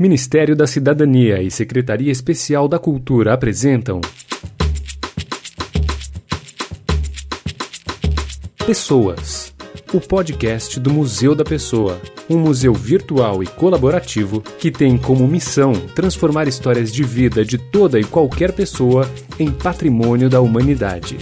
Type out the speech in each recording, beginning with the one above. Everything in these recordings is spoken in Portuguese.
Ministério da Cidadania e Secretaria Especial da Cultura apresentam Pessoas, o podcast do Museu da Pessoa, um museu virtual e colaborativo que tem como missão transformar histórias de vida de toda e qualquer pessoa em patrimônio da humanidade.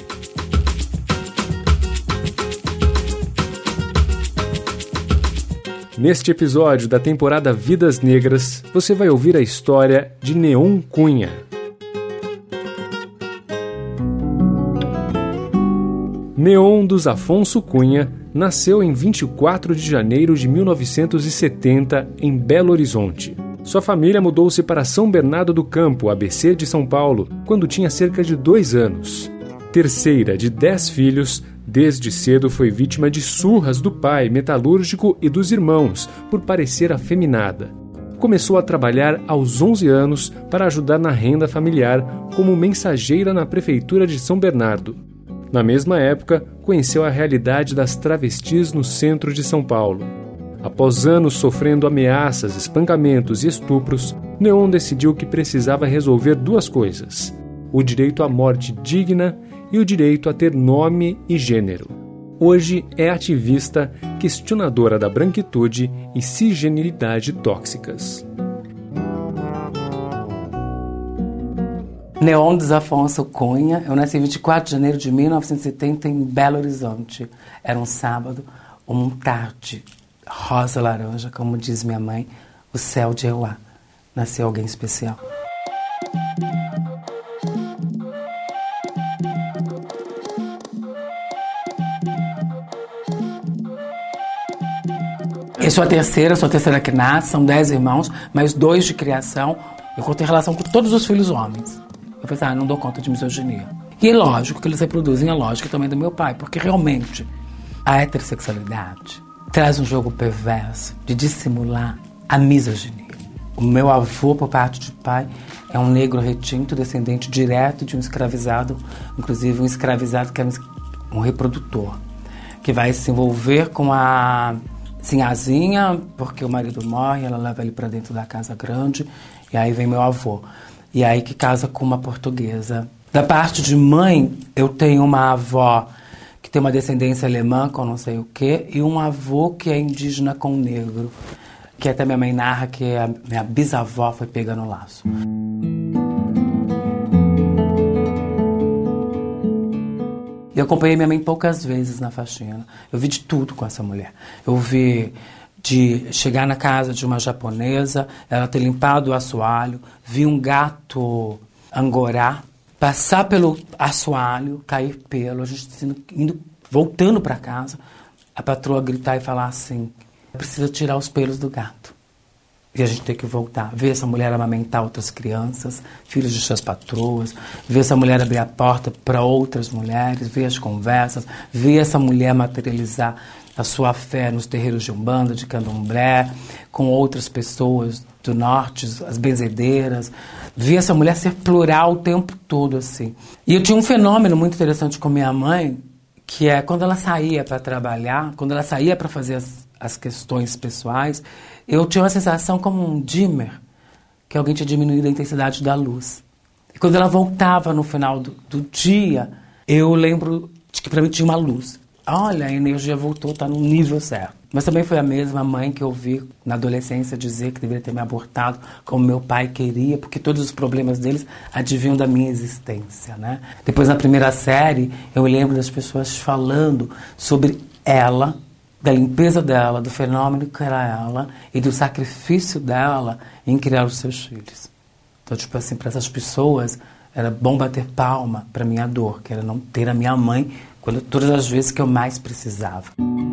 Neste episódio da temporada Vidas Negras, você vai ouvir a história de Neon Cunha. Neon dos Afonso Cunha nasceu em 24 de janeiro de 1970 em Belo Horizonte. Sua família mudou-se para São Bernardo do Campo, ABC de São Paulo, quando tinha cerca de 2 anos. Terceira de 10 filhos, desde cedo foi vítima de surras do pai metalúrgico e dos irmãos, por parecer afeminada. Começou a trabalhar aos 11 anos para ajudar na renda familiar como mensageira na prefeitura de São Bernardo. Na mesma época, conheceu a realidade das travestis no centro de São Paulo. Após anos sofrendo ameaças, espancamentos e estupros, Neon decidiu que precisava resolver 2 coisas: o direito à morte digna e o direito a ter nome e gênero. Hoje é ativista, questionadora da branquitude e cisgeneridade tóxicas. Neon dos Afonso Cunha. Eu nasci em 24 de janeiro de 1970 em Belo Horizonte. Era um sábado, uma tarde rosa-laranja, como diz minha mãe, o céu de Euá. Nasceu alguém especial. Eu sou a terceira que nasce, são 10 irmãos, mas 2 de criação. Eu tenho relação com todos os filhos homens. Eu falei, não dou conta de misoginia. E é lógico que eles reproduzem a lógica também do meu pai, porque realmente a heterossexualidade traz um jogo perverso de dissimular a misoginia. O meu avô, por parte de pai, é um negro retinto, descendente direto de um escravizado, inclusive um escravizado que era um reprodutor, que vai se envolver com a Sinhazinha, porque o marido morre, ela leva ele para dentro da casa grande, e aí vem meu avô. E aí que casa com uma portuguesa. Da parte de mãe, eu tenho uma avó que tem uma descendência alemã, com não sei o quê, e um avô que é indígena com negro, que até minha mãe narra que a minha bisavó foi pega no laço. Eu acompanhei minha mãe poucas vezes na faxina. Eu vi de tudo com essa mulher. Eu vi de chegar na casa de uma japonesa, ela ter limpado o assoalho, vi um gato angorá passar pelo assoalho, cair pelo, a gente voltando para casa, a patroa gritar e falar assim: precisa tirar os pelos do gato. E a gente tem que voltar, ver essa mulher amamentar outras crianças, filhos de suas patroas, ver essa mulher abrir a porta para outras mulheres, ver as conversas, ver essa mulher materializar a sua fé nos terreiros de Umbanda, de Candomblé, com outras pessoas do norte, as benzedeiras, ver essa mulher ser plural o tempo todo, assim. E eu tinha um fenômeno muito interessante com minha mãe, que é quando ela saía para trabalhar, quando ela saía para fazer as questões pessoais, eu tinha uma sensação como um dimmer, que alguém tinha diminuído a intensidade da luz. E quando ela voltava no final do dia, eu lembro de que para mim tinha uma luz. Olha, a energia voltou, está no nível certo. Mas também foi a mesma mãe que eu vi na adolescência dizer que deveria ter me abortado como meu pai queria, porque todos os problemas deles advinham da minha existência, né? Depois, na primeira série, eu me lembro das pessoas falando sobre ela, da limpeza dela, do fenômeno que era ela e do sacrifício dela em criar os seus filhos. Então, tipo assim, para essas pessoas, era bom bater palma para minha dor, que era não ter a minha mãe todas as vezes que eu mais precisava.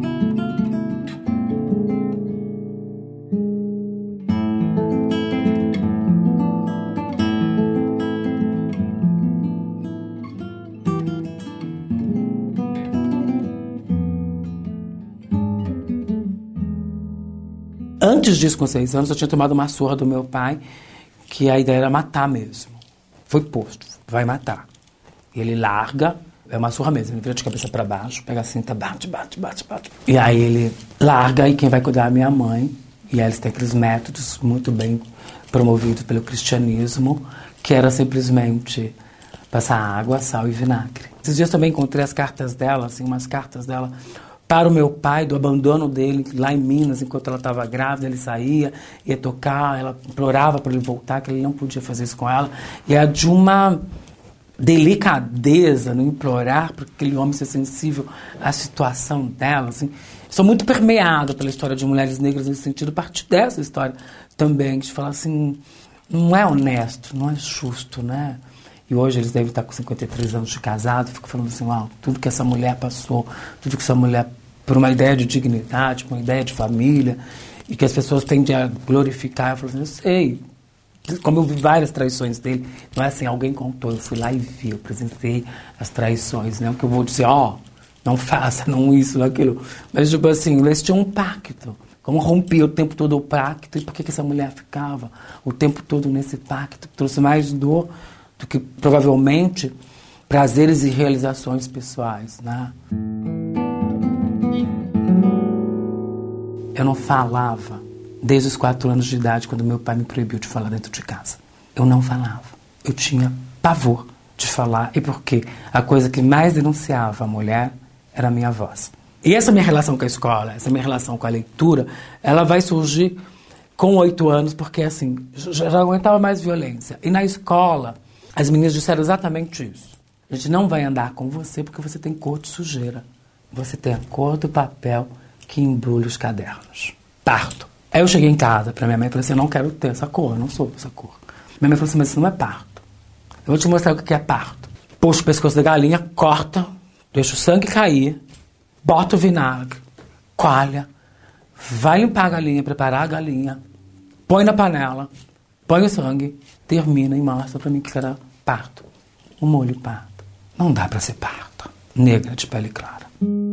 Antes disso, com 6 anos, eu tinha tomado uma surra do meu pai, que a ideia era matar mesmo. Foi posto, vai matar. Ele larga, é uma surra mesmo, ele vira de cabeça para baixo, pega a cinta, bate. E aí ele larga e quem vai cuidar é a minha mãe. E aí eles têm aqueles métodos muito bem promovido pelo cristianismo, que era simplesmente passar água, sal e vinagre. Esses dias também encontrei as cartas dela, assim, umas cartas dela para o meu pai, do abandono dele lá em Minas, enquanto ela estava grávida. Ele saía, ia tocar, ela implorava para ele voltar, que ele não podia fazer isso com ela. E é de uma delicadeza no implorar para aquele homem ser sensível à situação dela. Assim. Sou muito permeada pela história de mulheres negras nesse sentido, a partir dessa história também, de falar assim, não é honesto, não é justo, né? E hoje eles devem estar com 53 anos de casado, fico falando assim, tudo que essa mulher passou, tudo que essa mulher, por uma ideia de dignidade, por uma ideia de família, e que as pessoas tendem a glorificar. Eu falo assim, eu sei, como eu vi várias traições dele, não é assim, alguém contou, eu fui lá e vi, eu presenciei as traições, né? O que eu vou dizer, não faça, não isso, não aquilo. Mas, tipo assim, eles tinham um pacto. Como rompia o tempo todo o pacto, e por que essa mulher ficava o tempo todo nesse pacto? Trouxe mais dor do que, provavelmente, prazeres e realizações pessoais, né? Eu não falava desde os 4 anos de idade, quando meu pai me proibiu de falar dentro de casa. Eu não falava. Eu tinha pavor de falar. E por quê? A coisa que mais denunciava a mulher era a minha voz. E essa minha relação com a escola, essa minha relação com a leitura, ela vai surgir com 8 anos, porque assim, já aguentava mais violência. E na escola, as meninas disseram exatamente isso. A gente não vai andar com você porque você tem cor de sujeira. Você tem a cor do papel que embrulha os cadernos. Parto. Aí eu cheguei em casa pra minha mãe e falei assim, eu não quero ter essa cor, eu não sou dessa cor. Minha mãe falou assim, mas isso não é parto. Eu vou te mostrar o que é parto. Puxa o pescoço da galinha, corta, deixa o sangue cair, bota o vinagre, coalha, vai limpar a galinha, preparar a galinha, põe na panela, põe o sangue, termina e mostra pra mim que será parto. O molho parto. Não dá pra ser parto. Negra de pele clara.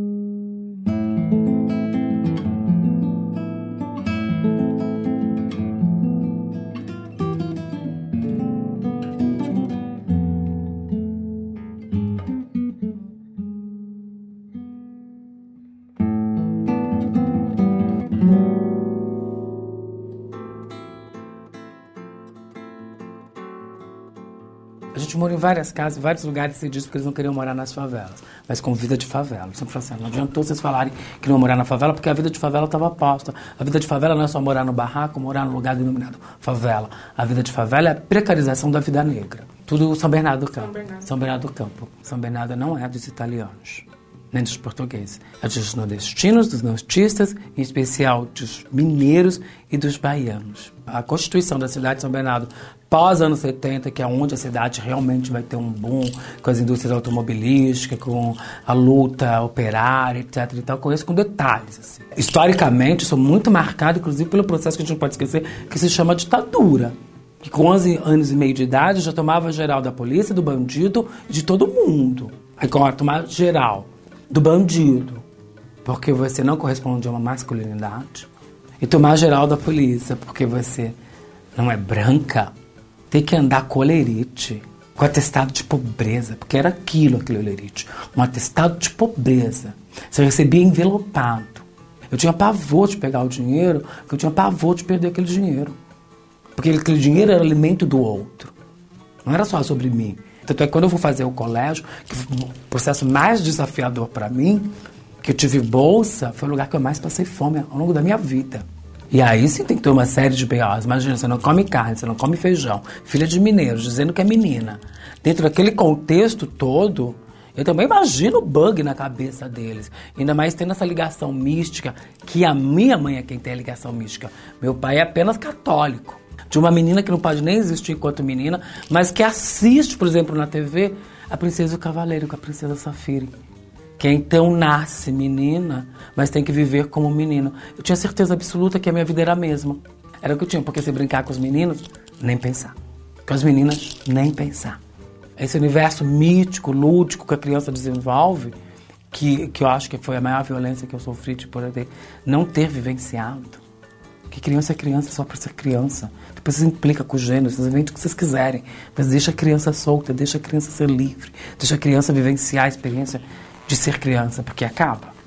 A gente morou em várias casas, em vários lugares, se diz porque eles não queriam morar nas favelas, mas com vida de favela. Eu sempre falo assim, não adiantou vocês falarem que não iam morar na favela, porque a vida de favela estava posta. A vida de favela não é só morar no barraco, morar no lugar denominado favela. A vida de favela é a precarização da vida negra. Tudo São Bernardo do Campo. São Bernardo do Campo. São Bernardo não é dos italianos, nem dos portugueses. É dos nordestinos, dos nortistas, em especial dos mineiros e dos baianos. A constituição da cidade de São Bernardo, pós anos 70, que é onde a cidade realmente vai ter um boom, com as indústrias automobilísticas, com a luta operária, etc. e tal, com isso, com detalhes. Assim. Historicamente, sou muito marcado, inclusive, pelo processo que a gente não pode esquecer, que se chama ditadura. Que com 11 anos e meio de idade, já tomava geral da polícia, do bandido e de todo mundo. Aí, agora, tomar geral do bandido, porque você não corresponde a uma masculinidade, e tomar geral da polícia, porque você não é branca, tem que andar com olerite, com atestado de pobreza, porque era aquele olerite, um atestado de pobreza. Você recebia envelopado. Eu tinha pavor de pegar o dinheiro, porque eu tinha pavor de perder aquele dinheiro. Porque aquele dinheiro era alimento do outro. Não era só sobre mim. Tanto é que quando eu fui fazer o colégio, que foi o processo mais desafiador para mim, que eu tive bolsa, foi o lugar que eu mais passei fome ao longo da minha vida. E aí sim tem que ter uma série de B.O.s. Imagina, você não come carne, você não come feijão, filha de mineiros, dizendo que é menina. Dentro daquele contexto todo, eu também imagino o bug na cabeça deles. Ainda mais tendo essa ligação mística, que a minha mãe é quem tem a ligação mística. Meu pai é apenas católico. De uma menina que não pode nem existir enquanto menina, mas que assiste, por exemplo, na TV, a Princesa e o Cavaleiro com a Princesa Safiri. Que então nasce menina, mas tem que viver como menino. Eu tinha certeza absoluta que a minha vida era a mesma. Era o que eu tinha, porque se brincar com os meninos, nem pensar. Com as meninas, nem pensar. Esse universo mítico, lúdico que a criança desenvolve, que eu acho que foi a maior violência que eu sofri de poder não ter vivenciado. Que criança é criança só para ser criança. Depois vocês implicam com o gênero, vocês inventam o que vocês quiserem. Mas deixa a criança solta, deixa a criança ser livre. Deixa a criança vivenciar a experiência de ser criança, porque acaba.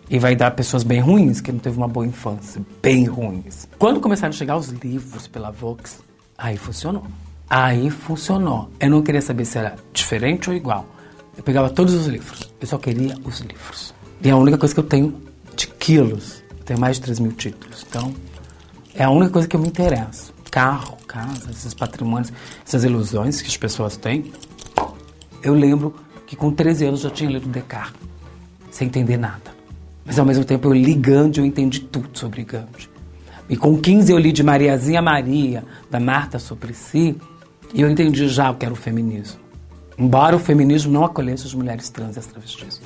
E vai dar pessoas bem ruins, que não teve uma boa infância. Bem ruins. Quando começaram a chegar os livros pela Vox, aí funcionou. Aí funcionou. Eu não queria saber se era diferente ou igual. Eu pegava todos os livros. Eu só queria os livros. E é a única coisa que eu tenho de quilos. Eu tenho mais de 3.000 títulos. Então, é a única coisa que eu me interesso. Carro, casa, esses patrimônios, essas ilusões que as pessoas têm. Eu lembro que com 13 anos eu já tinha lido Descartes, sem entender nada. Mas ao mesmo tempo eu li Gandhi, eu entendi tudo sobre Gandhi. E com 15 eu li de Mariazinha Maria, da Marta Suplicy, e eu entendi já o que era o feminismo. Embora o feminismo não acolhesse as mulheres trans e as travestis.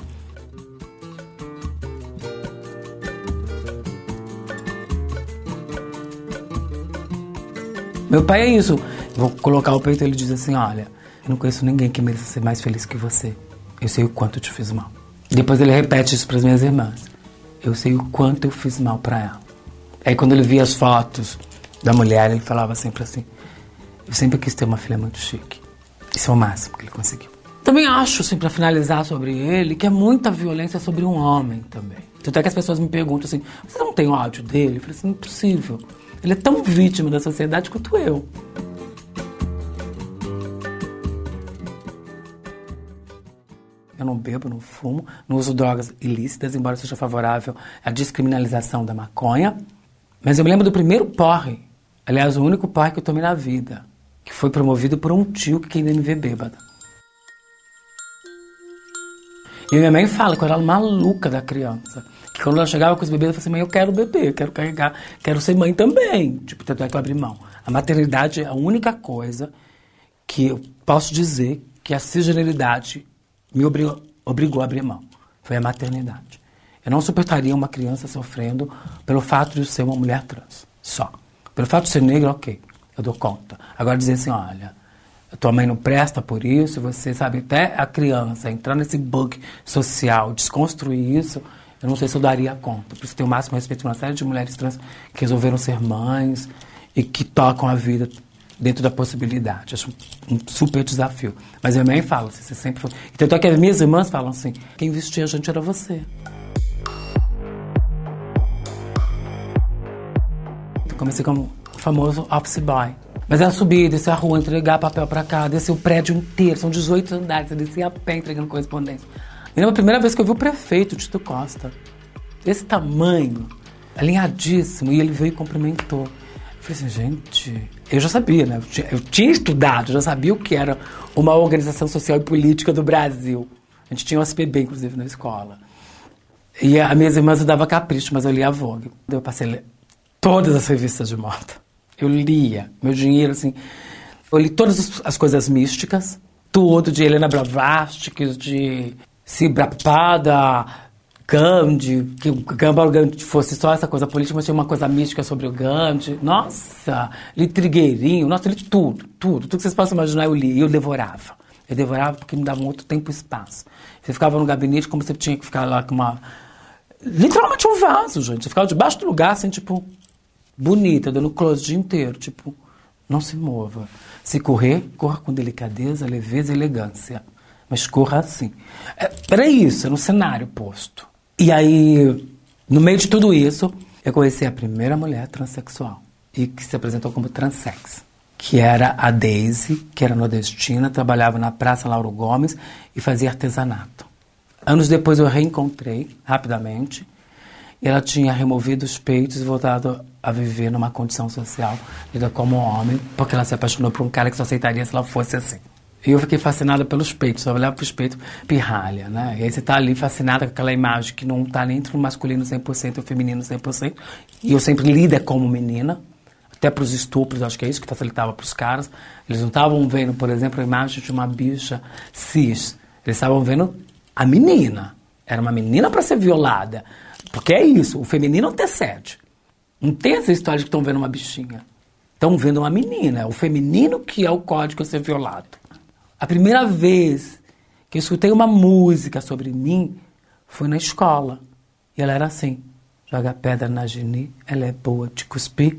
Meu pai é isso. Vou colocar o peito e ele diz assim, olha, eu não conheço ninguém que mereça ser mais feliz que você. Eu sei o quanto eu te fiz mal. Depois ele repete isso para as minhas irmãs. Eu sei o quanto eu fiz mal para ela. Aí quando ele via as fotos da mulher, ele falava sempre assim, eu sempre quis ter uma filha muito chique. Isso é o máximo que ele conseguiu. Também acho, assim, para finalizar sobre ele, que é muita violência sobre um homem também. Tanto é que as pessoas me perguntam assim, você não tem ódio dele? Eu falei assim, impossível. Ele é tão vítima da sociedade quanto eu. Eu não bebo, não fumo, não uso drogas ilícitas, embora eu seja favorável à descriminalização da maconha. Mas eu me lembro do primeiro porre, aliás, o único porre que eu tomei na vida, que foi promovido por um tio que queria me ver bêbada. E minha mãe fala que eu era maluca da criança. Que quando ela chegava com os bebês, eu falei assim, mãe, eu quero beber, eu quero carregar, quero ser mãe também. Tipo, tanto é que eu abri mão. A maternidade é a única coisa que eu posso dizer que a cisgeneridade me obrigou a abrir mão. Foi a maternidade. Eu não suportaria uma criança sofrendo pelo fato de ser uma mulher trans. Só. Pelo fato de ser negra, ok. Eu dou conta. Agora dizer assim, olha, tua mãe não presta por isso, você sabe, até a criança entrar nesse bug social, desconstruir isso, eu não sei se eu daria conta. Por isso tenho o máximo respeito por uma série de mulheres trans que resolveram ser mães e que tocam a vida dentro da possibilidade. Acho um super desafio. Mas minha mãe fala, assim, você sempre foi... E tanto é que as minhas irmãs falam assim, quem vestia a gente era você. Eu comecei como o famoso office boy. Mas era subir, descer a rua, entregar papel pra cá, descer o prédio inteiro, são 18 andares, eu descia a pé entregando correspondência. E na primeira vez que eu vi o prefeito, Tito Costa, desse tamanho, alinhadíssimo, e ele veio e cumprimentou. Eu falei assim, gente, eu já sabia, né? Eu tinha estudado, já sabia o que era uma organização social e política do Brasil. A gente tinha o SPB, inclusive, na escola. E as minhas irmãs davam capricho, mas eu lia a Vogue. Eu passei a ler todas as revistas de moda. Eu lia, meu dinheiro, assim... Eu li todas as coisas místicas, tudo, de Helena Blavatsky, de Sibrapada, Gandhi, que o Gandhi fosse só essa coisa política, mas tinha uma coisa mística sobre o Gandhi. Nossa, li Trigueirinho, nossa, eu li tudo que vocês possam imaginar eu li, e eu devorava. Eu devorava porque me dava um outro tempo e espaço. Você ficava no gabinete como você tinha que ficar lá com uma... Literalmente um vaso, gente. Você ficava debaixo do lugar, assim, tipo... bonita, dando close o dia inteiro, tipo, não se mova. Se correr, corra com delicadeza, leveza e elegância. Mas corra assim. Era isso, era um cenário posto. E aí, no meio de tudo isso, eu conheci a primeira mulher transexual. E que se apresentou como transex. Que era a Daisy, que era nordestina, trabalhava na Praça Lauro Gomes e fazia artesanato. Anos depois eu a reencontrei, rapidamente. E ela tinha removido os peitos e voltado a viver numa condição social, lida como homem, porque ela se apaixonou por um cara que só aceitaria se ela fosse assim. E eu fiquei fascinada pelos peitos, só olhava para os peitos, pirralha, né? E aí você tá ali fascinada com aquela imagem que não tá nem entre o masculino 100% e o feminino 100%. E eu sempre lida como menina, até para os estupros, acho que é isso que facilitava para os caras. Eles não estavam vendo, por exemplo, a imagem de uma bicha cis. Eles estavam vendo a menina. Era uma menina para ser violada. Porque é isso, o feminino antecede. Não tem essa história de que estão vendo uma bichinha. Estão vendo uma menina. É o feminino que é o código a ser violado. A primeira vez que eu escutei uma música sobre mim foi na escola. E ela era assim: joga pedra na Geni, ela é boa de cuspir,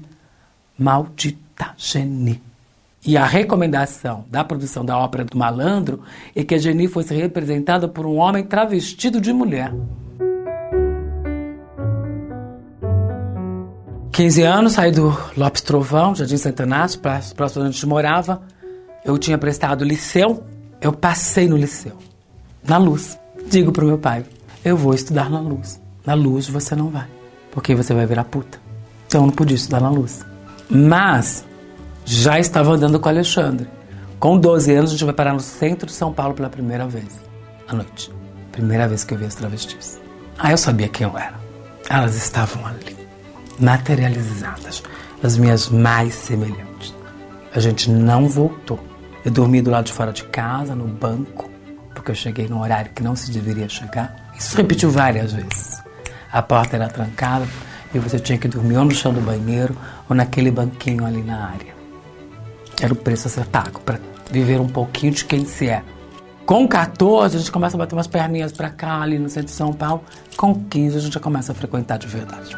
maldita Geni. E a recomendação da produção da ópera do Malandro é que a Geni fosse representada por um homem travestido de mulher. 15 anos, saí do Lopes Trovão, Jardim Santo Inácio, próximo de onde a gente morava. Eu tinha prestado liceu, eu passei no liceu, na Luz. Digo pro meu pai, eu vou estudar na Luz. Na Luz você não vai, porque você vai virar puta. Então eu não podia estudar na Luz. Mas já estava andando com o Alexandre. Com 12 anos a gente vai parar no centro de São Paulo pela primeira vez, à noite. Primeira vez que eu vi as travestis. Aí eu sabia quem eu era. Elas estavam ali, materializadas, as minhas mais semelhantes. A gente não voltou. Eu dormi do lado de fora de casa, no banco, porque eu cheguei num horário que não se deveria chegar. Isso repetiu várias vezes. A porta era trancada e você tinha que dormir ou no chão do banheiro ou naquele banquinho ali na área. Era o preço a ser pago para viver um pouquinho de quem se é. Com 14, a gente começa a bater umas perninhas pra cá, ali no centro de São Paulo. Com 15, a gente já começa a frequentar de verdade.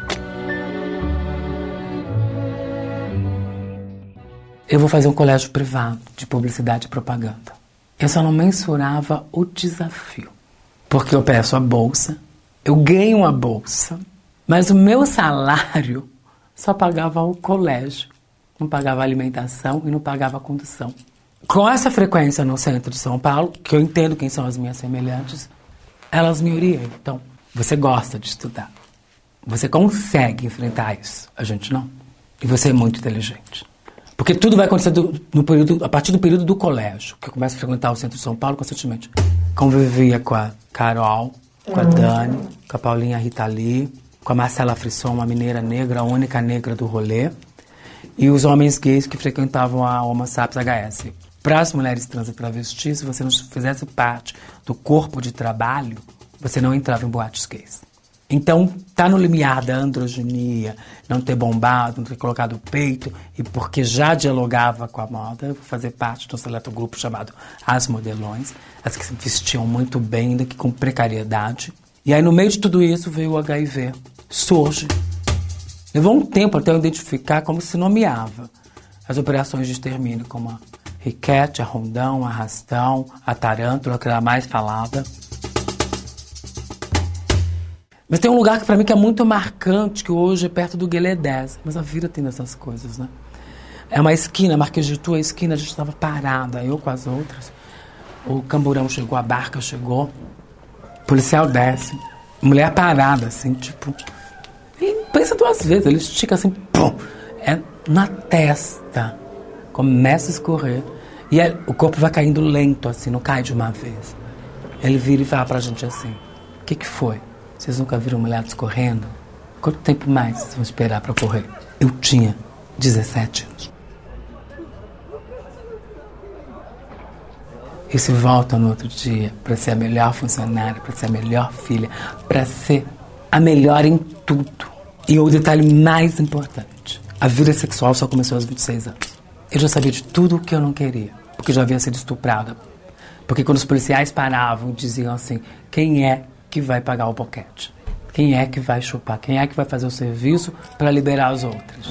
Eu vou fazer um colégio privado de publicidade e propaganda. Eu só não mensurava o desafio. Porque eu peço a bolsa, eu ganho a bolsa, mas o meu salário só pagava o colégio. Não pagava a alimentação e não pagava a condução. Com essa frequência no centro de São Paulo, que eu entendo quem são as minhas semelhantes, elas me orientam. Você gosta de estudar. Você consegue enfrentar isso. A gente não. E você é muito inteligente. Porque tudo vai acontecer a partir do período do colégio, que eu começo a frequentar o centro de São Paulo constantemente. Convivia com a Carol, com a Dani, com a Paulinha Rita Lee, com a Marcela Frisson, uma mineira negra, a única negra do rolê, e os homens gays que frequentavam a Homo Sapiens HS. Para as mulheres trans e travestis, se você não fizesse parte do corpo de trabalho, você não entrava em boates gays. Então, tá no limiar da androginia, não ter bombado, não ter colocado o peito, e porque já dialogava com a moda, eu vou fazer parte de um seleto grupo chamado As Modelões, as que se vestiam muito bem, ainda que com precariedade. E aí, no meio de tudo isso, veio o HIV. Surge. Levou um tempo até eu identificar como se nomeava as operações de extermínio, como a Riquete, a Rondão, a Arrastão, a Tarântula, que era a mais falada. Mas tem um lugar que pra mim que é muito marcante, que hoje é perto do Guilé 10. Mas a vida tem dessas coisas, né? É uma esquina, Marquês de Itu, a esquina, a gente estava parada, eu com as outras. O camburão chegou, a barca chegou, o policial desce, mulher parada, assim, tipo... E pensa duas vezes, ele estica assim, pum, é na testa, começa a escorrer. E aí, o corpo vai caindo lento, assim, não cai de uma vez. Ele vira e fala pra gente assim, o que foi? Vocês nunca viram mulher escorrendo? Quanto tempo mais vocês vão esperar pra correr? Eu tinha 17 anos. E se volta no outro dia pra ser a melhor funcionária, pra ser a melhor filha, pra ser a melhor em tudo. E o detalhe mais importante, a vida sexual só começou aos 26 anos. Eu já sabia de tudo o que eu não queria, porque já havia sido estuprada. Porque quando os policiais paravam e diziam assim, quem é que vai pagar o boquete? Quem é que vai chupar? Quem é que vai fazer o serviço para liberar as outras?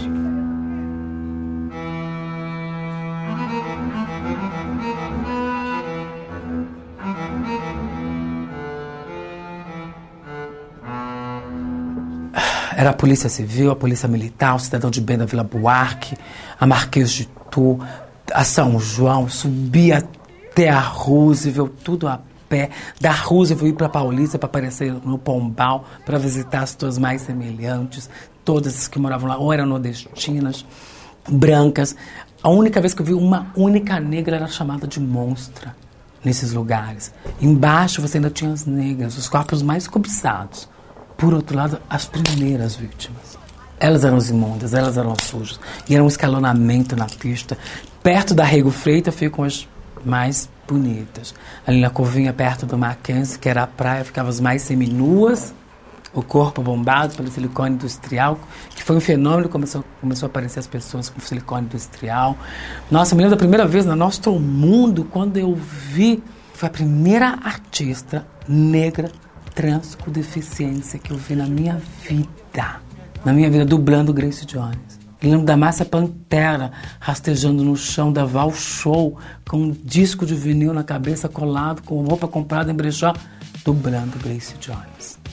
Era a Polícia Civil, a Polícia Militar, o Cidadão de Bem da Vila Buarque, a Marquês de Itu, a São João, subia até a Roosevelt, tudo a pé. Da Roosevelt ir para Paulista para aparecer no Pombal, para visitar as suas mais semelhantes, todas as que moravam lá, ou eram nordestinas, brancas. A única vez que eu vi uma única negra era chamada de monstra nesses lugares. Embaixo você ainda tinha as negras, os corpos mais cobiçados. Por outro lado, as primeiras vítimas. Elas eram as imundas, elas eram as sujas. E era um escalonamento na pista. Perto da Rego Freitas ficam as mais bonitas. Ali na Covinha, perto do Mackenzie, que era a praia, ficavam as mais seminuas, o corpo bombado pelo silicone industrial, que foi um fenômeno, começou a aparecer as pessoas com silicone industrial. Nossa, eu me lembro da primeira vez no nosso mundo, quando eu vi, foi a primeira artista negra trans com deficiência que eu vi na minha vida, dublando Grace Jones. Eu lembro da Márcia Pantera rastejando no chão da Val Show com um disco de vinil na cabeça colado, com roupa comprada em brechó, dublando Grace Jones.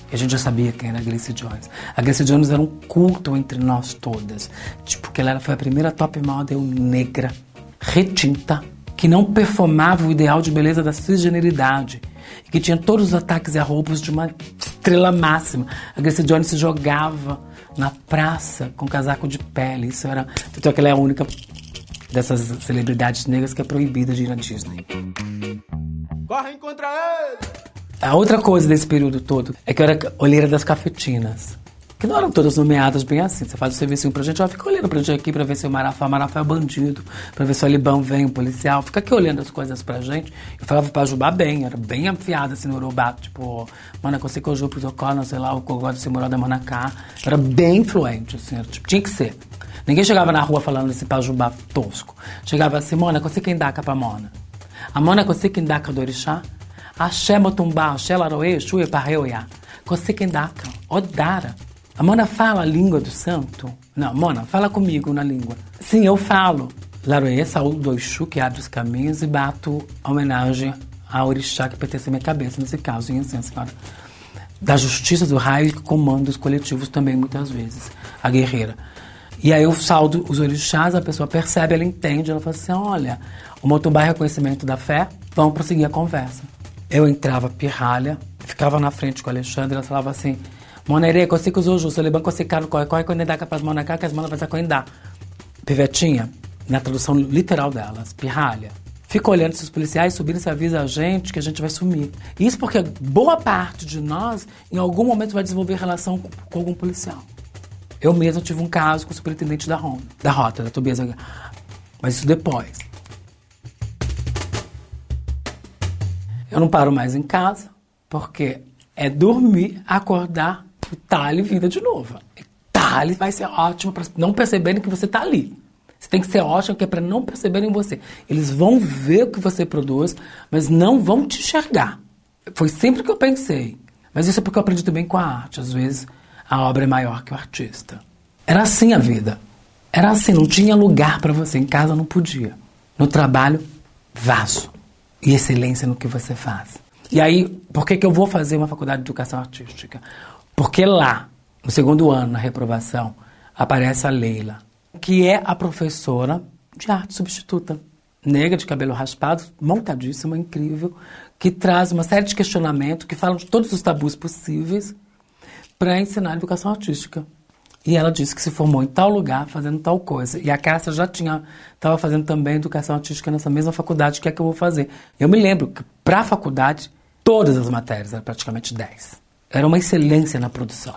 E a gente já sabia quem era a Grace Jones. A Grace Jones era um culto entre nós todas. Porque ela foi a primeira top model negra, retinta, que não performava o ideal de beleza da cisgeneridade. E que tinha todos os ataques e arroubos de uma estrela máxima. A Grace Jones se jogava na praça com casaco de pele. Isso era... Tanto é que ela é a única dessas celebridades negras que é proibida de ir à Disney. Correm contra ele! A outra coisa desse período todo é que eu era olheira das cafetinas. Que não eram todas nomeadas bem assim. Você faz o serviço pra gente, fica olhando pra gente aqui pra ver se o Marafá é bandido, pra ver se o Alibão vem, o policial. Fica aqui olhando as coisas pra gente. Eu falava pra Jubá bem, era bem afiada assim no Urubá. Tipo, mana, você que eu jogo pro Zocó, sei lá, o Cogó de Simoró da Manacá. Era bem influente, assim, era, tipo, tinha que ser. Ninguém chegava na rua falando esse pajubá tosco. Chegava assim, Mona, você quem daca pra Mona? A Mona, você quem daca do orixá? Axé motumbá, axé laroê, chuê parreoiá. Você quem daca, odara. A Mona fala a língua do santo? Não, Mona, fala comigo na língua. Sim, eu falo. Laroê, saúdo do Exu, que abre os caminhos e bato a homenagem ao orixá que pertence à minha cabeça, nesse caso, em essência, claro. Da justiça, do raio e comando os coletivos também, muitas vezes. A guerreira. E aí eu saldo os orixás, a pessoa percebe, ela entende, ela fala assim, olha, o motumbá é reconhecimento da fé, vamos prosseguir a conversa. Eu entrava pirralha, ficava na frente com a Alexandre, ela falava assim, Monerê, consigo os ojos, se leban conseguir corre quando dá capaz monacá, que as manas vai ser coendar. Pivetinha, na tradução literal delas, pirralha. Fica olhando se os policiais subirem, se avisa a gente que a gente vai sumir. Isso porque boa parte de nós, em algum momento, vai desenvolver relação com algum policial. Eu mesmo tive um caso com o superintendente da rota, da Tobias. Mas isso depois. Eu não paro mais em casa, porque é dormir, acordar, e tá ali vida de novo. E tá ali vai ser ótimo para não perceberem que você tá ali. Você tem que ser ótimo, que é para não perceberem você. Eles vão ver o que você produz, mas não vão te enxergar. Foi sempre o que eu pensei. Mas isso é porque eu aprendi também com a arte. Às vezes, a obra é maior que o artista. Era assim a vida. Era assim, não tinha lugar para você. Em casa não podia. No trabalho, vaso. E excelência no que você faz. E aí, por que eu vou fazer uma faculdade de educação artística? Porque lá, no segundo ano, na reprovação, aparece a Leila, que é a professora de arte substituta. Negra, de cabelo raspado, montadíssima, incrível, que traz uma série de questionamentos, que falam de todos os tabus possíveis para ensinar educação artística. E ela disse que se formou em tal lugar, fazendo tal coisa. E a Cássia já estava fazendo também educação artística nessa mesma faculdade, que é que eu vou fazer. Eu me lembro que, para a faculdade, todas as matérias, eram praticamente 10. Era uma excelência na produção.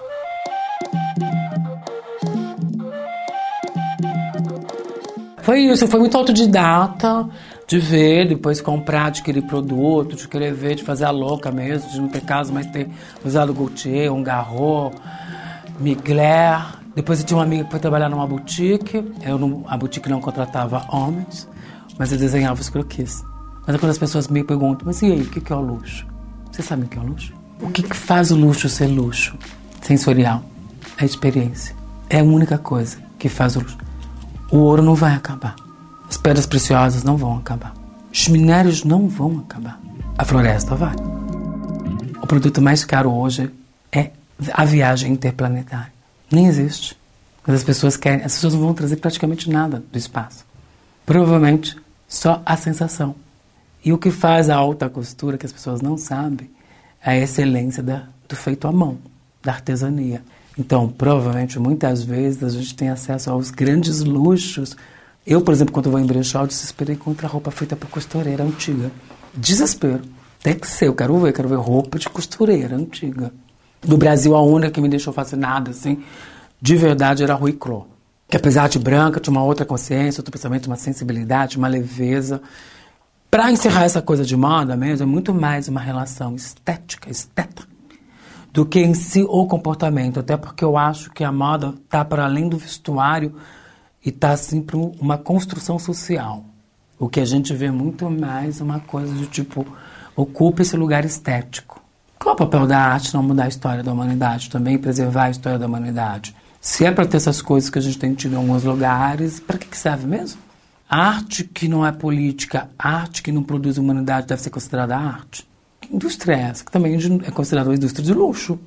Foi isso, foi muito autodidata, de ver, depois comprar, adquirir produto, de querer ver, de fazer a louca mesmo, de não ter casa, mas ter usado Gaultier, um Garrot, Mugler. Depois eu tinha uma amiga que foi trabalhar numa boutique. A boutique não contratava homens, mas eu desenhava os croquis. Mas quando as pessoas me perguntam, mas e aí, o que é o luxo? Vocês sabem o que é o luxo? O que faz o luxo ser luxo? Sensorial. É a experiência. É a única coisa que faz o luxo. O ouro não vai acabar. As pedras preciosas não vão acabar. Os minérios não vão acabar. A floresta vai. O produto mais caro hoje é a viagem interplanetária. Nem existe. Mas as pessoas não vão trazer praticamente nada do espaço. Provavelmente só a sensação. E o que faz a alta costura, que as pessoas não sabem, é a excelência do feito à mão, da artesania. Então, provavelmente, muitas vezes, a gente tem acesso aos grandes luxos. Eu, por exemplo, quando vou em brechó, eu desespero encontrar roupa feita por costureira antiga. Desespero. Tem que ser, eu quero ver roupa de costureira antiga. Do Brasil, a única que me deixou fascinada, assim, de verdade, era a Rui Clos. Que apesar de branca, tinha uma outra consciência, outro pensamento, uma sensibilidade, uma leveza. Para encerrar essa coisa de moda mesmo, é muito mais uma relação estética, do que em si o comportamento. Até porque eu acho que a moda está para além do vestuário e está assim para uma construção social. O que a gente vê muito mais uma coisa do tipo, ocupa esse lugar estético. Qual é o papel da arte não mudar a história da humanidade também, preservar a história da humanidade? Se é para ter essas coisas que a gente tem tido em alguns lugares, para que serve mesmo? A arte que não é política, a arte que não produz humanidade deve ser considerada arte? Que indústria é essa? Que também é considerada uma indústria de luxo.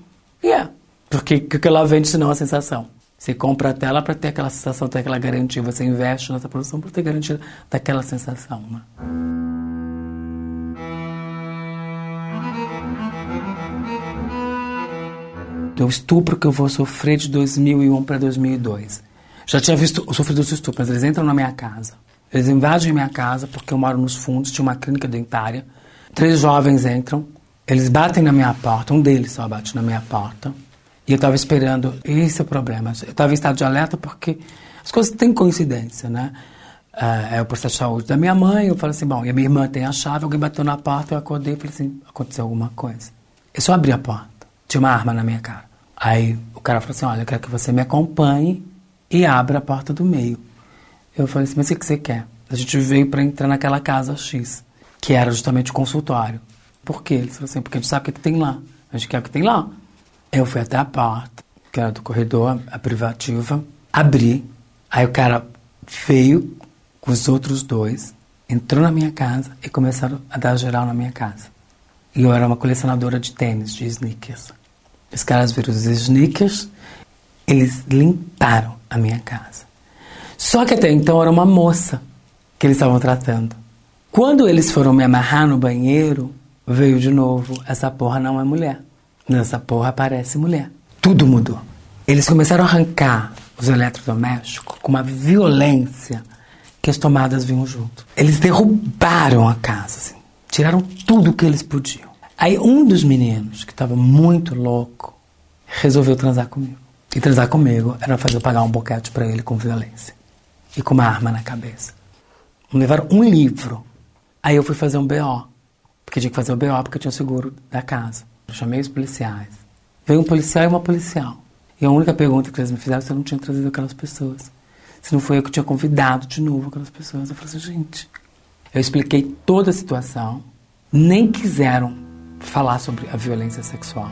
Porque o que ela vende, senão, é a sensação. Você compra a tela para ter aquela sensação, ter aquela garantia. Você investe nessa produção para ter garantia daquela sensação, né? O estupro que eu vou sofrer de 2001 para 2002. Já tinha sofrido os estupros, mas eles entram na minha casa. Eles invadem minha casa porque eu moro nos fundos, tinha uma clínica dentária. 3 jovens entram, eles batem na minha porta, um deles só bate na minha porta. E eu estava esperando, esse é o problema. Eu estava em estado de alerta porque as coisas têm coincidência, né? É o processo de saúde da minha mãe, eu falei assim, bom, e a minha irmã tem a chave, alguém bateu na porta, eu acordei e falei assim, aconteceu alguma coisa. Eu só abri a porta, tinha uma arma na minha cara. Aí o cara falou assim, olha, eu quero que você me acompanhe e abra a porta do meio. Eu falei assim, mas o que você quer? A gente veio para entrar naquela casa X, que era justamente o consultório. Por quê? Ele falou assim, porque a gente sabe o que tem lá, a gente quer o que tem lá. Eu fui até a porta, que era do corredor, a privativa, abri, aí o cara veio com os outros 2, entrou na minha casa e começaram a dar geral na minha casa. E eu era uma colecionadora de tênis, de sneakers. Os caras viram os sneakers, eles limparam a minha casa. Só que até então era uma moça que eles estavam tratando. Quando eles foram me amarrar no banheiro, veio de novo, essa porra não é mulher. Nessa porra parece mulher. Tudo mudou. Eles começaram a arrancar os eletrodomésticos com uma violência que as tomadas vinham junto. Eles derrubaram a casa, assim, tiraram tudo que eles podiam. Aí um dos meninos, que estava muito louco, resolveu transar comigo. E transar comigo era fazer eu pagar um boquete para ele com violência. E com uma arma na cabeça. Me levaram um livro. Aí eu fui fazer um BO. Porque tinha que fazer o BO porque eu tinha o seguro da casa. Eu chamei os policiais. Veio um policial e uma policial. E a única pergunta que eles me fizeram é se eu não tinha trazido aquelas pessoas. Se não foi eu que tinha convidado de novo aquelas pessoas. Eu falei assim, gente... Eu expliquei toda a situação. Nem quiseram falar sobre a violência sexual.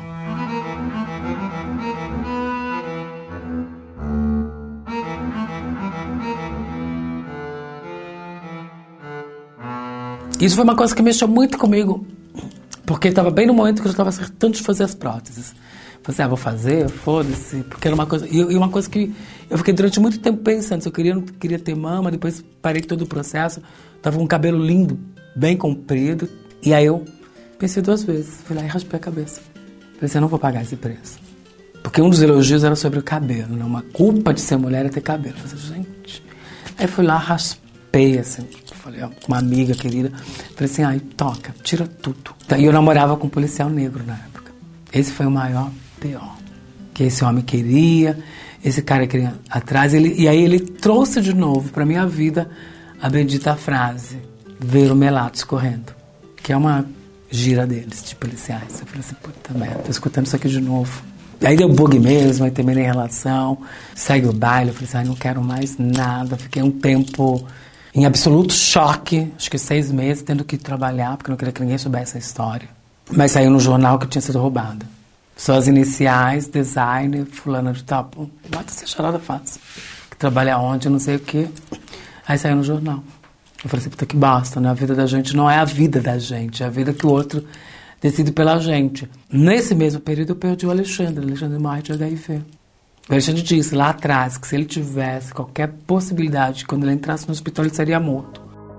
Isso foi uma coisa que mexeu muito comigo, porque estava bem no momento que eu estava acertando de fazer as próteses. Falei assim, vou fazer, foda-se, porque era uma coisa... E uma coisa que eu fiquei durante muito tempo pensando, se eu queria, não queria ter mama, depois parei todo o processo, estava com um cabelo lindo, bem comprido, e aí eu pensei 2 vezes, fui lá e raspei a cabeça. Falei assim, eu não vou pagar esse preço. Porque um dos elogios era sobre o cabelo, né? Uma culpa de ser mulher é ter cabelo. Eu falei assim, gente... Aí fui lá, raspei, assim... Falei, ó, uma amiga querida. Falei assim, ai, toca, tira tudo. E eu namorava com um policial negro na época. Esse foi o maior pior. Que esse homem queria, esse cara queria atrás. E aí ele trouxe de novo pra minha vida a bendita frase, ver o melato escorrendo. Que é uma gira deles, de policiais. Eu falei assim, puta merda, tô escutando isso aqui de novo. Aí deu bug mesmo, aí terminei a relação, segue o baile. Eu falei assim, ai, não quero mais nada. Fiquei um tempo... em absoluto choque, acho que 6 meses, tendo que trabalhar, porque eu não queria que ninguém soubesse a história. Mas saiu no jornal que eu tinha sido roubada. Só as iniciais, designer, fulana de tal. Bota essa charada fácil. Que trabalha onde, não sei o quê. Aí saiu no jornal. Eu falei assim, puta que bosta, né? A vida da gente não é a vida da gente, é a vida que o outro decide pela gente. Nesse mesmo período eu perdi o Alexandre morre de HIV. O Alexandre disse lá atrás que se ele tivesse qualquer possibilidade, quando ele entrasse no hospital, ele seria morto.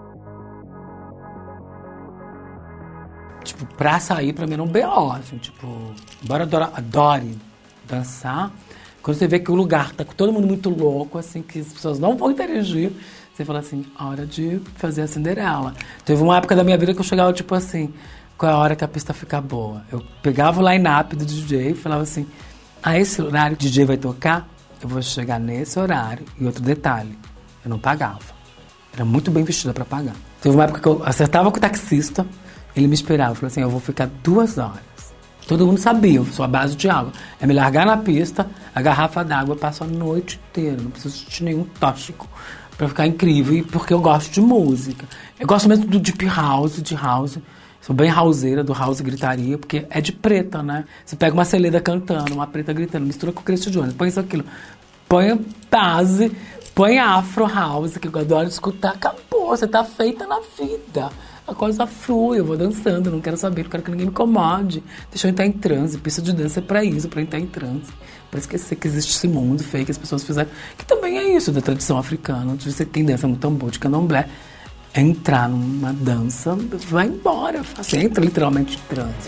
Tipo, pra sair, pra mim era um B.O. Assim, tipo, embora adore dançar, quando você vê que o lugar tá com todo mundo muito louco, assim, que as pessoas não vão interagir, você fala assim, hora de fazer a Cinderela. Teve uma época da minha vida que eu chegava, tipo assim, qual é a hora que a pista fica boa? Eu pegava o line-up do DJ e falava assim, esse horário que o DJ vai tocar, eu vou chegar nesse horário. E outro detalhe, eu não pagava. Era muito bem vestida para pagar. Teve uma época que eu acertava com o taxista, ele me esperava. Eu falei assim, eu vou ficar 2 horas. Todo mundo sabia, eu sou a base de água. É me largar na pista, a garrafa d'água, eu passo a noite inteira. Não preciso de nenhum tóxico para ficar incrível. E porque eu gosto de música. Eu gosto mesmo do deep house, de house. Sou bem houseira, do house gritaria, porque é de preta, né? Você pega uma Celeda cantando, uma preta gritando, mistura com o Christian Jones, põe isso, aquilo. Põe base, põe afro house, que eu adoro escutar, acabou. você tá feita na vida. A coisa flui, eu vou dançando, não quero saber, não quero que ninguém me incomode. Deixa eu entrar em transe, pista de dança é pra isso, pra entrar em transe. Pra esquecer que existe esse mundo feio que as pessoas fizeram. Que também é isso, da tradição africana. De você, quem dança no tambor de candomblé, é entrar numa dança, vai embora. Você entra literalmente em transe.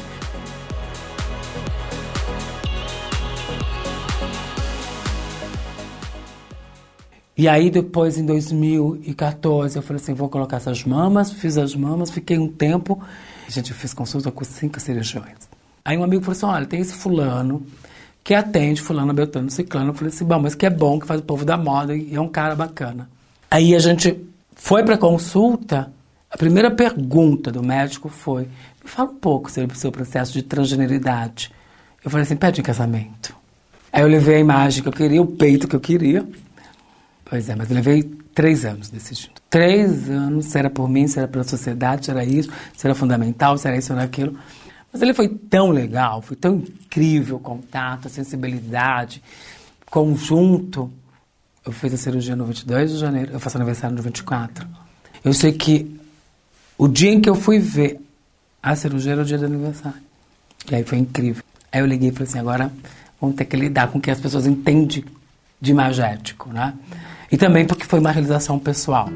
E aí depois, em 2014, eu falei assim, vou colocar essas mamas, fiz as mamas, fiquei um tempo. Gente, eu fiz consulta com 5 cirurgiões. Aí um amigo falou assim, olha, tem esse fulano que atende fulano, beltrano, ciclano. Eu falei assim, bom, mas que é bom, que faz o povo da moda e é um cara bacana. Aí a gente foi pra consulta, a primeira pergunta do médico foi, me fala um pouco sobre o seu processo de transgeneridade. Eu falei assim, pede em casamento. Aí eu levei a imagem que eu queria, o peito que eu queria. Pois é, mas eu levei 3 anos decidindo. 3 anos, se era por mim, se era pela sociedade, se era isso, se era fundamental, se era isso ou aquilo. Mas ele foi tão legal, foi tão incrível o contato, a sensibilidade, conjunto. Eu fiz a cirurgia no 22 de janeiro, eu faço aniversário no 24. Eu sei que o dia em que eu fui ver a cirurgia era o dia do aniversário. E aí foi incrível. Aí eu liguei e falei assim, agora vamos ter que lidar com o que as pessoas entendem de imagético, né? E também porque foi uma realização pessoal.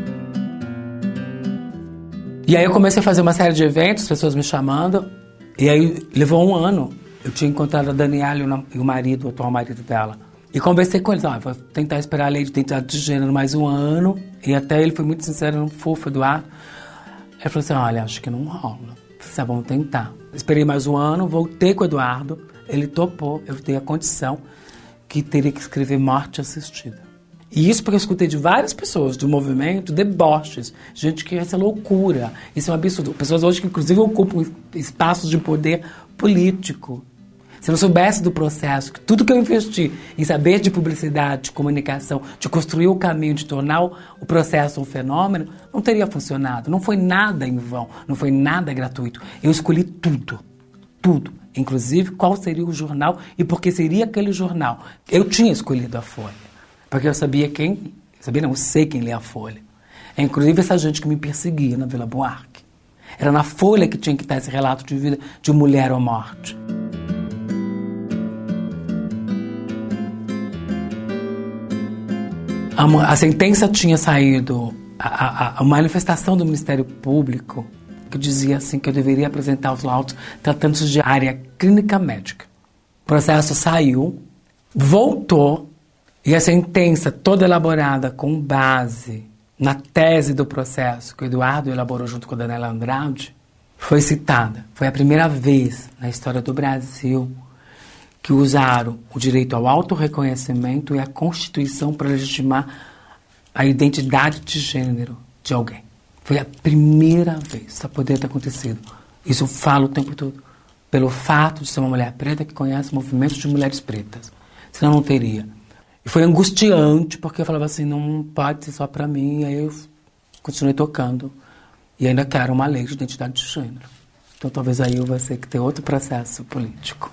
E aí eu comecei a fazer uma série de eventos, pessoas me chamando, e aí levou 1 ano. Eu tinha encontrado a Daniela e o marido, o atual marido dela. E conversei com eles, vou tentar esperar a lei de identidade de gênero mais 1 ano. E até ele foi muito sincero, não fofo, Eduardo. Ele falou assim, olha, acho que não rola. Vocês vão tentar. Esperei mais 1 ano, voltei com o Eduardo, ele topou, eu dei a condição que teria que escrever morte assistida. E isso porque eu escutei de várias pessoas do movimento, deboches, gente que essa é loucura, isso é um absurdo. Pessoas hoje que inclusive ocupam espaços de poder político. Se eu não soubesse do processo, que tudo que eu investi em saber de publicidade, de comunicação, de construir o caminho, de tornar o processo um fenômeno, não teria funcionado. Não foi nada em vão, não foi nada gratuito. Eu escolhi tudo, tudo. Inclusive, qual seria o jornal e por que seria aquele jornal. Eu tinha escolhido a Folha, porque eu sabia quem... eu sei quem lê a Folha. É inclusive essa gente que me perseguia na Vila Buarque. Era na Folha que tinha que estar esse relato de vida de mulher ou morte. A sentença tinha saído, a manifestação do Ministério Público, que dizia assim que eu deveria apresentar os laudos tratando-se de área clínica médica. O processo saiu, voltou, e a sentença toda elaborada com base na tese do processo que o Eduardo elaborou junto com a Daniela Andrade, foi citada. Foi a primeira vez na história do Brasil que usaram o direito ao autorreconhecimento e a Constituição para legitimar a identidade de gênero de alguém. Foi a primeira vez, isso poderia ter acontecido. Isso eu falo o tempo todo. Pelo fato de ser uma mulher preta que conhece movimentos de mulheres pretas. Senão não teria. E foi angustiante, porque eu falava assim, não pode ser só pra mim. E aí eu continuei tocando. E ainda quero uma lei de identidade de gênero. Então talvez aí eu vou ter que ter outro processo político.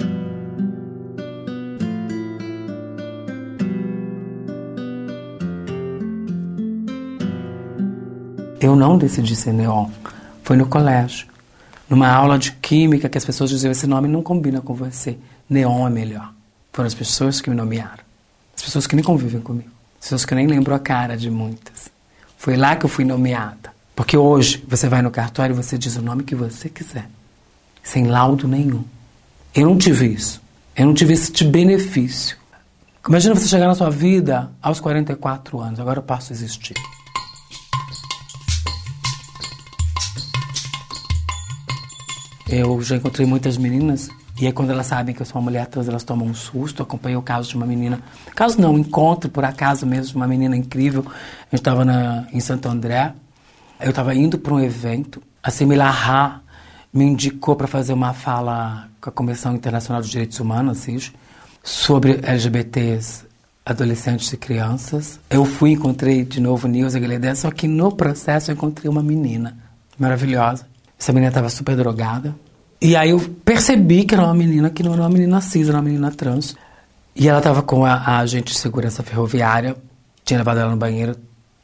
Eu não decidi ser neon. Foi no colégio. Numa aula de química que as pessoas diziam, esse nome não combina com você. Neon é melhor. Foram as pessoas que me nomearam. As pessoas que nem convivem comigo. As pessoas que eu nem lembro a cara de muitas. Foi lá que eu fui nomeada. Porque hoje você vai no cartório e você diz o nome que você quiser. Sem laudo nenhum. Eu não tive isso. Eu não tive esse benefício. Imagina você chegar na sua vida aos 44 anos. Agora eu passo a existir. Eu já encontrei muitas meninas, e aí quando elas sabem que eu sou uma mulher trans, elas tomam um susto. Eu acompanhei o caso de uma menina, caso não, encontro por acaso mesmo, de uma menina incrível. A gente estava em Santo André, eu estava indo para um evento, a Semila Ra me indicou para fazer uma fala com a Comissão Internacional dos Direitos Humanos, CIJ, sobre LGBTs, adolescentes e crianças. Eu fui, encontrei de novo Nilza Guilherme, só que no processo eu encontrei uma menina maravilhosa. Essa menina estava super drogada. E aí eu percebi que era uma menina que não era uma menina cis, era uma menina trans. E ela estava com a agente de segurança ferroviária, tinha levado ela no banheiro,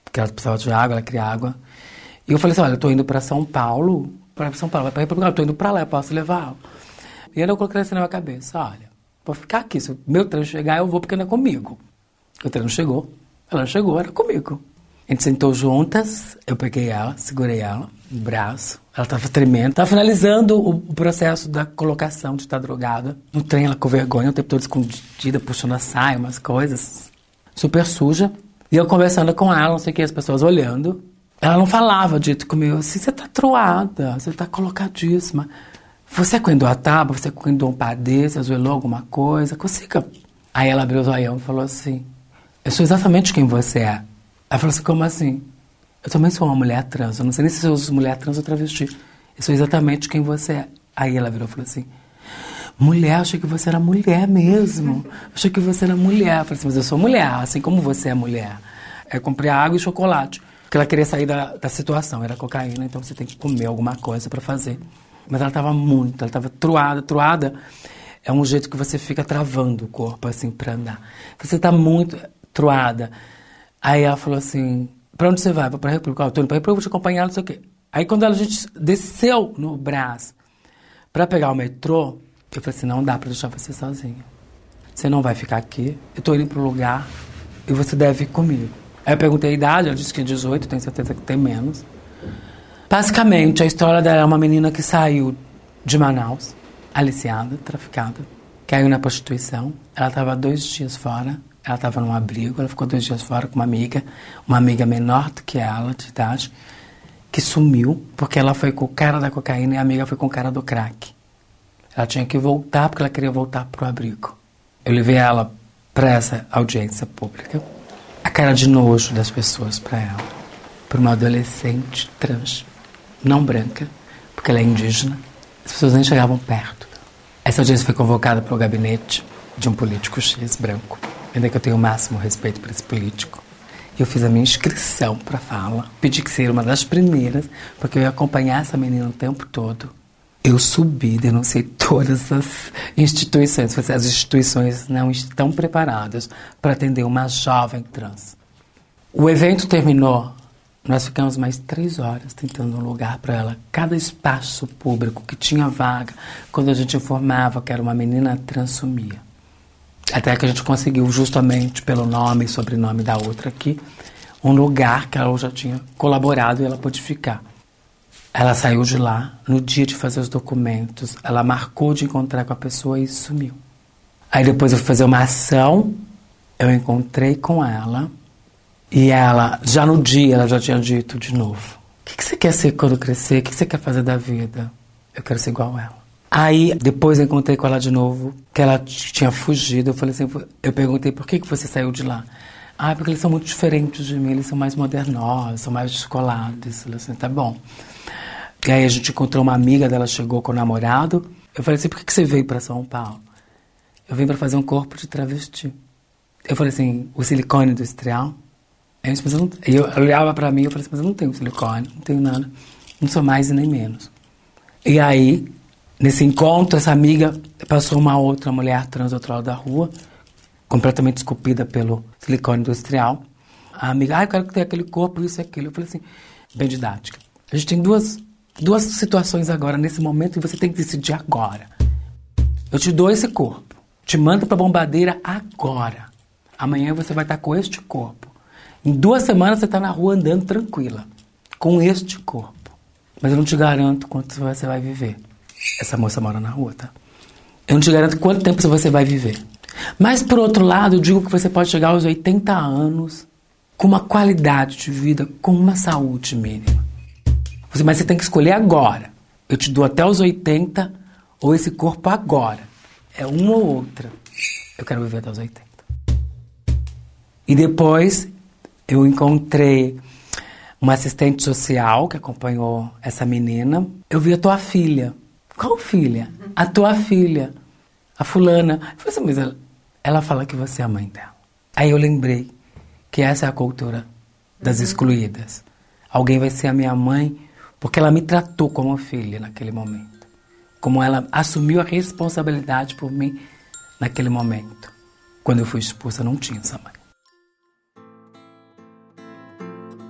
porque ela precisava de água, ela queria água. E eu falei assim, olha, eu tô indo pra São Paulo, vai pra República, eu tô indo pra lá, eu posso levar? E aí eu coloquei assim na minha cabeça, olha, vou ficar aqui, se o meu trem chegar, eu vou porque não é comigo. O trem não chegou, ela não chegou, era comigo. A gente sentou juntas, eu peguei ela, segurei ela no braço, ela tava tremendo, tava finalizando o processo da colocação de estar drogada. No trem ela com vergonha, o tempo todo escondida, puxando a saia, umas coisas, super suja. E eu conversando com ela, não sei o que, as pessoas olhando. Ela não falava dito comigo assim, você tá troada, você tá colocadíssima. Você acuendou a tábua, você acuendou um padê, você ajoelhou alguma coisa, consiga. Aí ela abriu o zoião e falou assim, eu sou exatamente quem você é. Ela falou assim, como assim? Eu também sou uma mulher trans, eu não sei nem se eu sou mulher trans ou travesti. Eu sou exatamente quem você é. Aí ela virou e falou assim, mulher, eu achei que você era mulher mesmo. Eu achei que você era mulher. Eu falei assim, mas eu sou mulher, assim como você é mulher. Aí eu comprei água e chocolate. Porque ela queria sair da situação, era cocaína, então você tem que comer alguma coisa para fazer. Mas ela estava truada. Truada é um jeito que você fica travando o corpo, assim, para andar. Você está muito truada. Aí ela falou assim, para onde você vai? Vou para a República. Eu tô indo para a República, vou te acompanhar, não sei o quê. Aí quando a gente desceu no Brás para pegar o metrô, eu falei assim, não dá para deixar você sozinha. Você não vai ficar aqui, eu tô indo para o lugar e você deve ir comigo. Aí eu perguntei a idade, ela disse que é 18, tenho certeza que tem menos. Basicamente, a história dela é uma menina que saiu de Manaus, aliciada, traficada, caiu na prostituição. Ela estava 2 dias fora, ela estava num abrigo, ela ficou 2 dias fora com uma amiga menor do que ela, de idade, que sumiu, porque ela foi com o cara da cocaína e a amiga foi com o cara do crack. Ela tinha que voltar, porque ela queria voltar pro abrigo. Eu levei ela para essa audiência pública. A cara de nojo das pessoas para ela, para uma adolescente trans, não branca, porque ela é indígena, as pessoas nem chegavam perto. Essa audiência foi convocada para o gabinete de um político X branco, ainda que eu tenho o máximo respeito por esse político. Eu fiz a minha inscrição para a fala, pedi que seria uma das primeiras, porque eu ia acompanhar essa menina o tempo todo. Eu subi, denunciei todas as instituições. As instituições não estão preparadas para atender uma jovem trans. O evento terminou, nós ficamos mais 3 horas tentando um lugar para ela. Cada espaço público que tinha vaga, quando a gente informava que era uma menina trans, sumia. Até que a gente conseguiu, justamente pelo nome e sobrenome da outra aqui, um lugar que ela já tinha colaborado e ela pôde ficar. Ela saiu de lá, no dia de fazer os documentos, ela marcou de encontrar com a pessoa e sumiu. Aí depois eu fui fazer uma ação, eu encontrei com ela, e ela, já no dia, ela já tinha dito de novo, o que você quer ser quando crescer? O que você quer fazer da vida? Eu quero ser igual a ela. Aí, depois eu encontrei com ela de novo, que ela tinha fugido, eu falei assim, eu perguntei, por que você saiu de lá? Ah, porque eles são muito diferentes de mim, eles são mais modernosos, são mais descolados. Eu falei assim, tá bom. E aí a gente encontrou uma amiga dela, chegou com o namorado. Eu falei assim, por que você veio para São Paulo? Eu vim para fazer um corpo de travesti. Eu falei assim, o silicone industrial? Aí eu olhava para mim e falei assim, mas eu não tenho silicone, não tenho nada. Não sou mais e nem menos. E aí, nesse encontro, essa amiga passou uma outra mulher trans do outro lado da rua, completamente esculpida pelo silicone industrial. A amiga, eu quero que tenha aquele corpo, isso e aquilo. Eu falei assim, bem didática. A gente tem duas situações agora, nesse momento, e você tem que decidir agora. Eu te dou esse corpo, te mando pra bombadeira agora. Amanhã você vai estar com este corpo. Em 2 semanas você está na rua andando tranquila, com este corpo. Mas eu não te garanto quanto você vai viver. Essa moça mora na rua, tá? Eu não te garanto quanto tempo você vai viver. Mas, por outro lado, eu digo que você pode chegar aos 80 anos com uma qualidade de vida, com uma saúde mínima. Mas você tem que escolher agora. Eu te dou até os 80 ou esse corpo agora. É uma ou outra. Eu quero viver até os 80. E depois eu encontrei uma assistente social que acompanhou essa menina. Eu vi a tua filha. Qual filha? A tua filha. A fulana. Eu falei assim, mas ela fala que você é a mãe dela. Aí eu lembrei que essa é a cultura das excluídas. Alguém vai ser a minha mãe porque ela me tratou como filha naquele momento. Como ela assumiu a responsabilidade por mim naquele momento. Quando eu fui expulsa, não tinha essa mãe.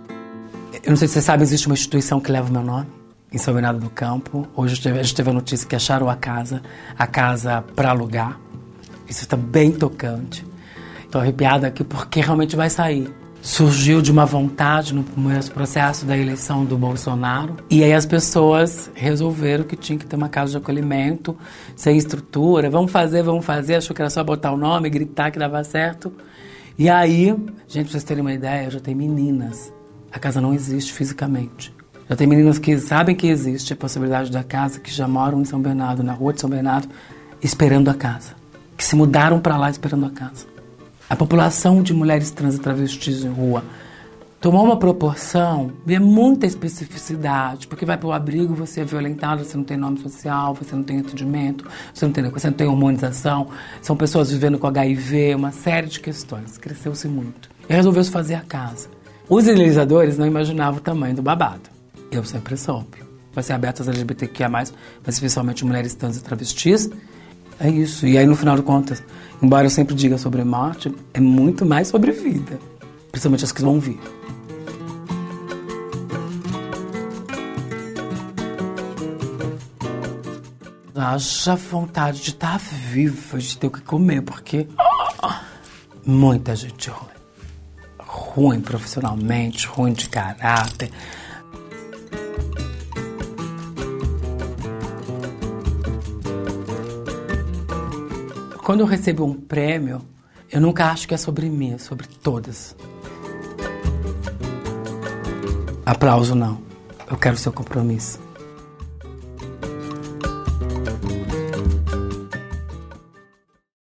Eu não sei se você sabe, existe uma instituição que leva o meu nome, em São Bernardo do Campo. Hoje a gente teve a notícia que acharam a casa para alugar. Isso está bem tocante. Estou arrepiada aqui porque realmente vai sair. Surgiu de uma vontade no processo da eleição do Bolsonaro. E aí as pessoas resolveram que tinha que ter uma casa de acolhimento, sem estrutura. Vamos fazer. Achou que era só botar o nome, gritar que dava certo. E aí, gente, pra vocês terem uma ideia, já tem meninas. A casa não existe fisicamente. Já tem meninas que sabem que existe a possibilidade da casa, que já moram em São Bernardo, na rua de São Bernardo, esperando a casa. Que se mudaram para lá esperando a casa. A população de mulheres trans e travestis em rua tomou uma proporção de muita especificidade, porque vai para o abrigo, você é violentado, você não tem nome social, você não tem atendimento, você não tem hormonização, são pessoas vivendo com HIV, uma série de questões. Cresceu-se muito. E resolveu-se fazer a casa. Os idealizadores não imaginavam o tamanho do babado. Eu sempre soube. Vai ser aberto às LGBTQIA+, mas especialmente mulheres trans e travestis. É isso. E aí, no final de contas, embora eu sempre diga sobre morte, é muito mais sobre vida. Principalmente as que vão vir. Haja vontade de estar viva, de ter o que comer, porque muita gente ruim. Ruim profissionalmente, ruim de caráter. Quando eu recebo um prêmio, eu nunca acho que é sobre mim, é sobre todas. Aplauso não. Eu quero seu compromisso.